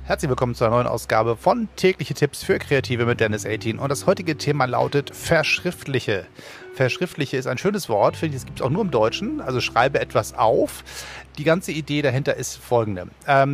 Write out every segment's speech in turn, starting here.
Herzlich willkommen zu einer neuen Ausgabe von Tägliche Tipps für Kreative mit Dennis 18. Und das heutige Thema lautet Verschriftliche. Verschriftliche ist ein schönes Wort, finde ich, das gibt es auch nur im Deutschen. Also schreibe etwas auf. Die ganze Idee dahinter ist folgende.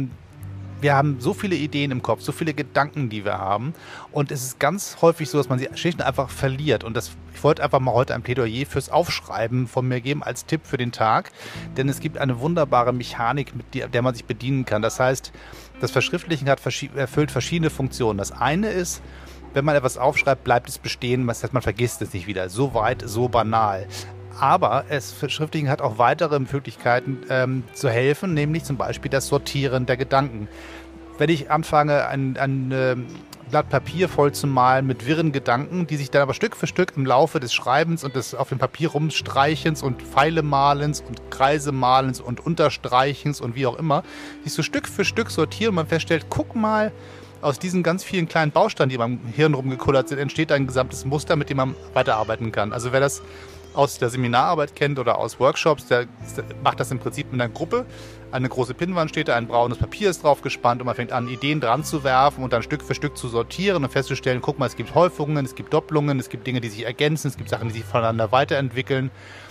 Wir haben so viele Ideen im Kopf, so viele Gedanken, die wir haben. Und es ist ganz häufig so, dass man sie schlicht und einfach verliert. Und ich wollte einfach mal heute ein Plädoyer fürs Aufschreiben von mir geben als Tipp für den Tag. Denn es gibt eine wunderbare Mechanik, mit der man sich bedienen kann. Das heißt, das Verschriftlichen erfüllt verschiedene Funktionen. Das eine ist, wenn man etwas aufschreibt, bleibt es bestehen. Das heißt, man vergisst es nicht wieder. So weit, so banal. Aber Verschriftlichen hat auch weitere Möglichkeiten zu helfen, nämlich zum Beispiel das Sortieren der Gedanken. Wenn ich anfange, ein Blatt Papier voll zu malen mit wirren Gedanken, die sich dann aber Stück für Stück im Laufe des Schreibens und des auf dem Papier rumstreichens und Pfeile malens und Kreise malens und Unterstreichens und wie auch immer, sich so Stück für Stück sortieren und man feststellt, guck mal, aus diesen ganz vielen kleinen Bausteinen, die beim Hirn rumgekullert sind, entsteht ein gesamtes Muster, mit dem man weiterarbeiten kann. Also wer das aus der Seminararbeit kennt oder aus Workshops, der macht das im Prinzip mit einer Gruppe. Eine große Pinnwand steht da, ein braunes Papier ist drauf gespannt und man fängt an, Ideen dran zu werfen und dann Stück für Stück zu sortieren und festzustellen, guck mal, es gibt Häufungen, es gibt Doppelungen, es gibt Dinge, die sich ergänzen, es gibt Sachen, die sich voneinander weiterentwickeln.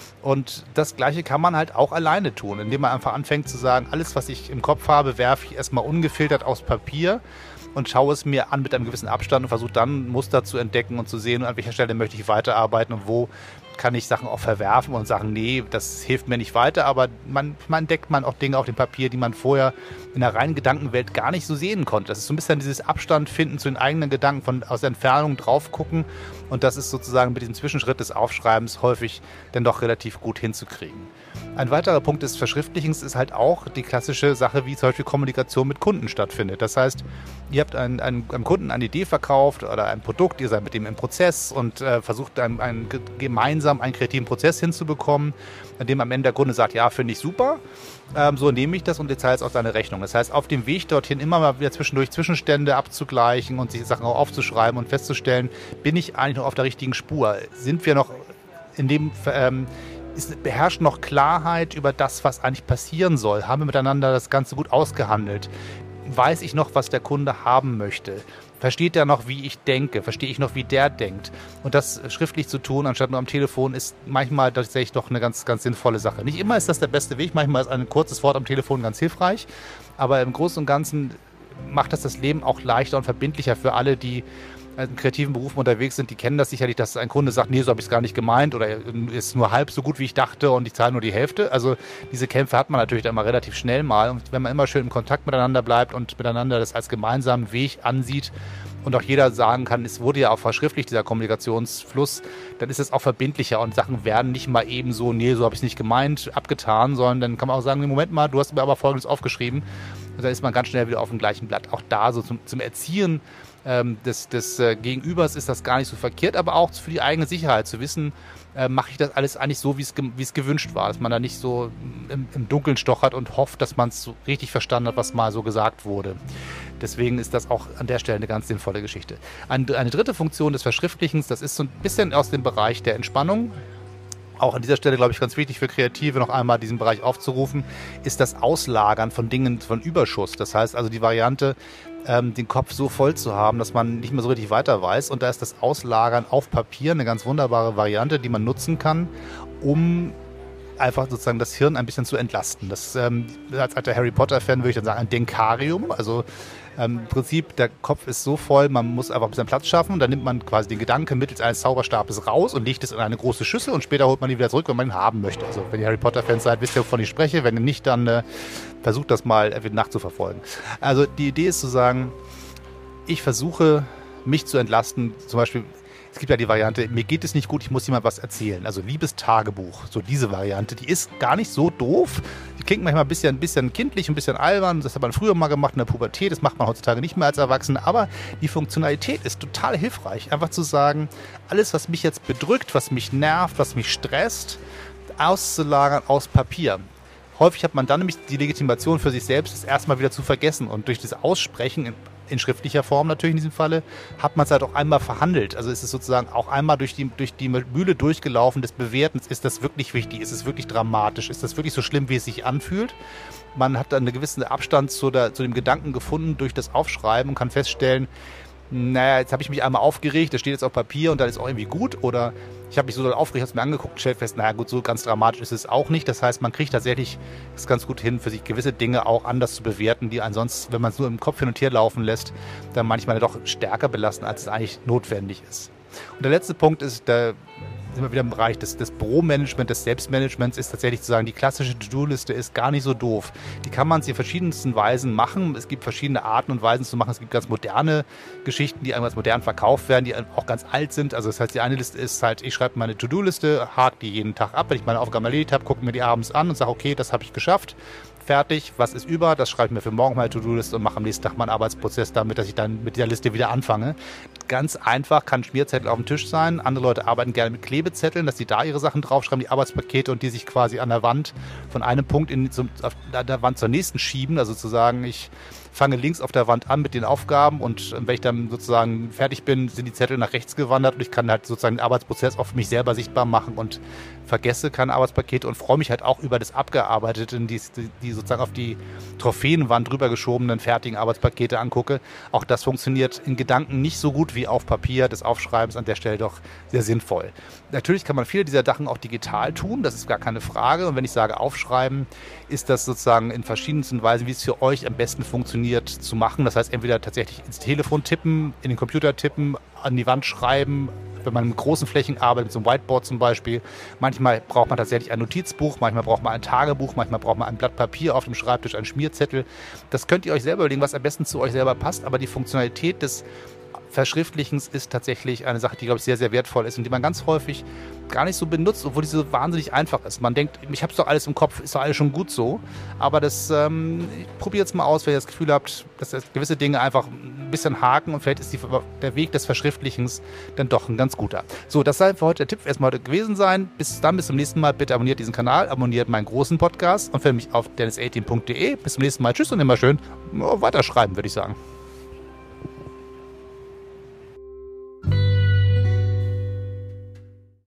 Und das Gleiche kann man halt auch alleine tun, indem man einfach anfängt zu sagen, alles, was ich im Kopf habe, werfe ich erstmal ungefiltert aufs Papier und schaue es mir an mit einem gewissen Abstand und versuche dann Muster zu entdecken und zu sehen, an welcher Stelle möchte ich weiterarbeiten und wo kann ich Sachen auch verwerfen und sagen, nee, das hilft mir nicht weiter, aber man entdeckt auch Dinge auf dem Papier, die man vorher in der reinen Gedankenwelt gar nicht so sehen konnte. Das ist so ein bisschen dieses Abstand finden zu den eigenen Gedanken, aus der Entfernung drauf gucken und das ist sozusagen mit diesem Zwischenschritt des Aufschreibens häufig dann doch relativ gut hinzukriegen. Ein weiterer Punkt des Verschriftlichens ist halt auch die klassische Sache, wie zum Beispiel Kommunikation mit Kunden stattfindet. Das heißt, ihr habt einem Kunden eine Idee verkauft oder ein Produkt, ihr seid mit dem im Prozess und versucht gemeinsam einen kreativen Prozess hinzubekommen, an dem am Ende der Kunde sagt, ja, finde ich super, so nehme ich das und jetzt zahlst auch deine Rechnung. Das heißt, auf dem Weg dorthin immer mal wieder zwischendurch Zwischenstände abzugleichen und sich Sachen auch aufzuschreiben und festzustellen, bin ich eigentlich noch auf der richtigen Spur? Sind wir noch in dem beherrscht noch Klarheit über das, was eigentlich passieren soll? Haben wir miteinander das Ganze gut ausgehandelt? Weiß ich noch, was der Kunde haben möchte? Versteht er noch, wie ich denke? Verstehe ich noch, wie der denkt? Und das schriftlich zu tun, anstatt nur am Telefon, ist manchmal tatsächlich doch eine ganz, ganz sinnvolle Sache. Nicht immer ist das der beste Weg, manchmal ist ein kurzes Wort am Telefon ganz hilfreich, aber im Großen und Ganzen macht das Leben auch leichter und verbindlicher für alle, die in kreativen Berufen unterwegs sind, die kennen das sicherlich, dass ein Kunde sagt, nee, so habe ich es gar nicht gemeint oder ist nur halb so gut, wie ich dachte und ich zahle nur die Hälfte. Also diese Kämpfe hat man natürlich dann mal relativ schnell mal und wenn man immer schön im Kontakt miteinander bleibt und miteinander das als gemeinsamen Weg ansieht und auch jeder sagen kann, es wurde ja auch verschriftlicht, dieser Kommunikationsfluss, dann ist es auch verbindlicher und Sachen werden nicht mal eben so, nee, so habe ich es nicht gemeint, abgetan, sondern dann kann man auch sagen, nee, Moment mal, du hast mir aber Folgendes aufgeschrieben und dann ist man ganz schnell wieder auf dem gleichen Blatt. Auch da so zum Erziehen des Gegenübers ist das gar nicht so verkehrt, aber auch für die eigene Sicherheit zu wissen, mache ich das alles eigentlich so, wie es gewünscht war, dass man da nicht so im Dunkeln stochert und hofft, dass man es so richtig verstanden hat, was mal so gesagt wurde. Deswegen ist das auch an der Stelle eine ganz sinnvolle Geschichte. Eine dritte Funktion des Verschriftlichens, das ist so ein bisschen aus dem Bereich der Entspannung. Auch an dieser Stelle, glaube ich, ganz wichtig für Kreative noch einmal diesen Bereich aufzurufen, ist das Auslagern von Dingen, von Überschuss. Das heißt also die Variante, den Kopf so voll zu haben, dass man nicht mehr so richtig weiter weiß. Und da ist das Auslagern auf Papier eine ganz wunderbare Variante, die man nutzen kann, um einfach sozusagen das Hirn ein bisschen zu entlasten. Das als alter Harry Potter-Fan würde ich dann sagen, ein Denkarium. Also im Prinzip, der Kopf ist so voll, man muss einfach ein bisschen Platz schaffen. Dann nimmt man quasi den Gedanken mittels eines Zauberstabes raus und legt es in eine große Schüssel und später holt man ihn wieder zurück, wenn man ihn haben möchte. Also wenn ihr Harry Potter-Fans seid, wisst ihr, wovon ich spreche. Wenn ihr nicht, dann versucht das mal nachzuverfolgen. Also die Idee ist zu sagen, ich versuche mich zu entlasten, zum Beispiel. Es gibt ja die Variante, mir geht es nicht gut, ich muss jemand was erzählen. Also Liebestagebuch, so diese Variante, die ist gar nicht so doof. Die klingt manchmal ein bisschen kindlich, ein bisschen albern. Das hat man früher mal gemacht in der Pubertät, das macht man heutzutage nicht mehr als Erwachsener. Aber die Funktionalität ist total hilfreich. Einfach zu sagen, alles, was mich jetzt bedrückt, was mich nervt, was mich stresst, auszulagern aus Papier. Häufig hat man dann nämlich die Legitimation für sich selbst, das erstmal wieder zu vergessen. Und durch das Aussprechen in schriftlicher Form natürlich in diesem Falle, hat man es halt auch einmal verhandelt. Also ist es sozusagen auch einmal durch die Mühle durchgelaufen des Bewertens. Ist das wirklich wichtig? Ist es wirklich dramatisch? Ist das wirklich so schlimm, wie es sich anfühlt? Man hat dann einen gewissen Abstand zu dem Gedanken gefunden durch das Aufschreiben und kann feststellen, naja, jetzt habe ich mich einmal aufgeregt, das steht jetzt auf Papier und dann ist auch irgendwie gut. Oder ich habe mich so doll aufgeregt, habe es mir angeguckt und stellt fest, naja gut, so ganz dramatisch ist es auch nicht. Das heißt, man kriegt tatsächlich es ganz gut hin, für sich gewisse Dinge auch anders zu bewerten, die ansonsten, wenn man es nur im Kopf hin und her laufen lässt, dann manchmal doch stärker belasten, als es eigentlich notwendig ist. Und der letzte Punkt ist, da sind wir wieder im Bereich des Büromanagements, des Selbstmanagements, ist tatsächlich zu sagen, die klassische To-Do-Liste ist gar nicht so doof. Die kann man in verschiedensten Weisen machen. Es gibt verschiedene Arten und Weisen zu machen. Es gibt ganz moderne Geschichten, die ganz modern verkauft werden, die auch ganz alt sind. Also das heißt, die eine Liste ist halt, ich schreibe meine To-Do-Liste, hake die jeden Tag ab, wenn ich meine Aufgaben erledigt habe, gucke mir die abends an und sage, okay, das habe ich geschafft. Fertig, was ist über, das schreibe ich mir für morgen meine To-Do-Liste und mache am nächsten Tag meinen Arbeitsprozess damit, dass ich dann mit dieser Liste wieder anfange. Ganz einfach, kann ein Schmierzettel auf dem Tisch sein. Andere Leute arbeiten gerne mit Klebezetteln, dass sie da ihre Sachen draufschreiben, die Arbeitspakete und die sich quasi an der Wand von einem Punkt auf der Wand zur nächsten schieben. Also sozusagen, ich fange links auf der Wand an mit den Aufgaben und wenn ich dann sozusagen fertig bin, sind die Zettel nach rechts gewandert und ich kann halt sozusagen den Arbeitsprozess auch für mich selber sichtbar machen und vergesse keine Arbeitspakete und freue mich halt auch über das Abgearbeitete, die sozusagen auf die Trophäenwand rübergeschobenen fertigen Arbeitspakete angucke. Auch das funktioniert in Gedanken nicht so gut wie auf Papier. Das Aufschreiben ist an der Stelle doch sehr sinnvoll. Natürlich kann man viele dieser Sachen auch digital tun, das ist gar keine Frage. Und wenn ich sage aufschreiben, ist das sozusagen in verschiedensten Weisen, wie es für euch am besten funktioniert, zu machen. Das heißt, entweder tatsächlich ins Telefon tippen, in den Computer tippen, an die Wand schreiben, wenn man mit großen Flächen arbeitet, mit so einem Whiteboard zum Beispiel. Manchmal braucht man tatsächlich ein Notizbuch, manchmal braucht man ein Tagebuch, manchmal braucht man ein Blatt Papier auf dem Schreibtisch, einen Schmierzettel. Das könnt ihr euch selber überlegen, was am besten zu euch selber passt, aber die Funktionalität des Verschriftlichens ist tatsächlich eine Sache, die, glaube ich, sehr, sehr wertvoll ist und die man ganz häufig gar nicht so benutzt, obwohl die so wahnsinnig einfach ist. Man denkt, ich habe es doch alles im Kopf, ist doch alles schon gut so. Aber das probiert es mal aus, wenn ihr das Gefühl habt, dass gewisse Dinge einfach ein bisschen haken und vielleicht ist der Weg des Verschriftlichens dann doch ein ganz guter. So, das soll für heute der Tipp erstmal heute gewesen sein. Bis zum nächsten Mal. Bitte abonniert diesen Kanal, abonniert meinen großen Podcast und findet mich auf dennis18.de. Bis zum nächsten Mal. Tschüss und immer schön weiterschreiben, würde ich sagen.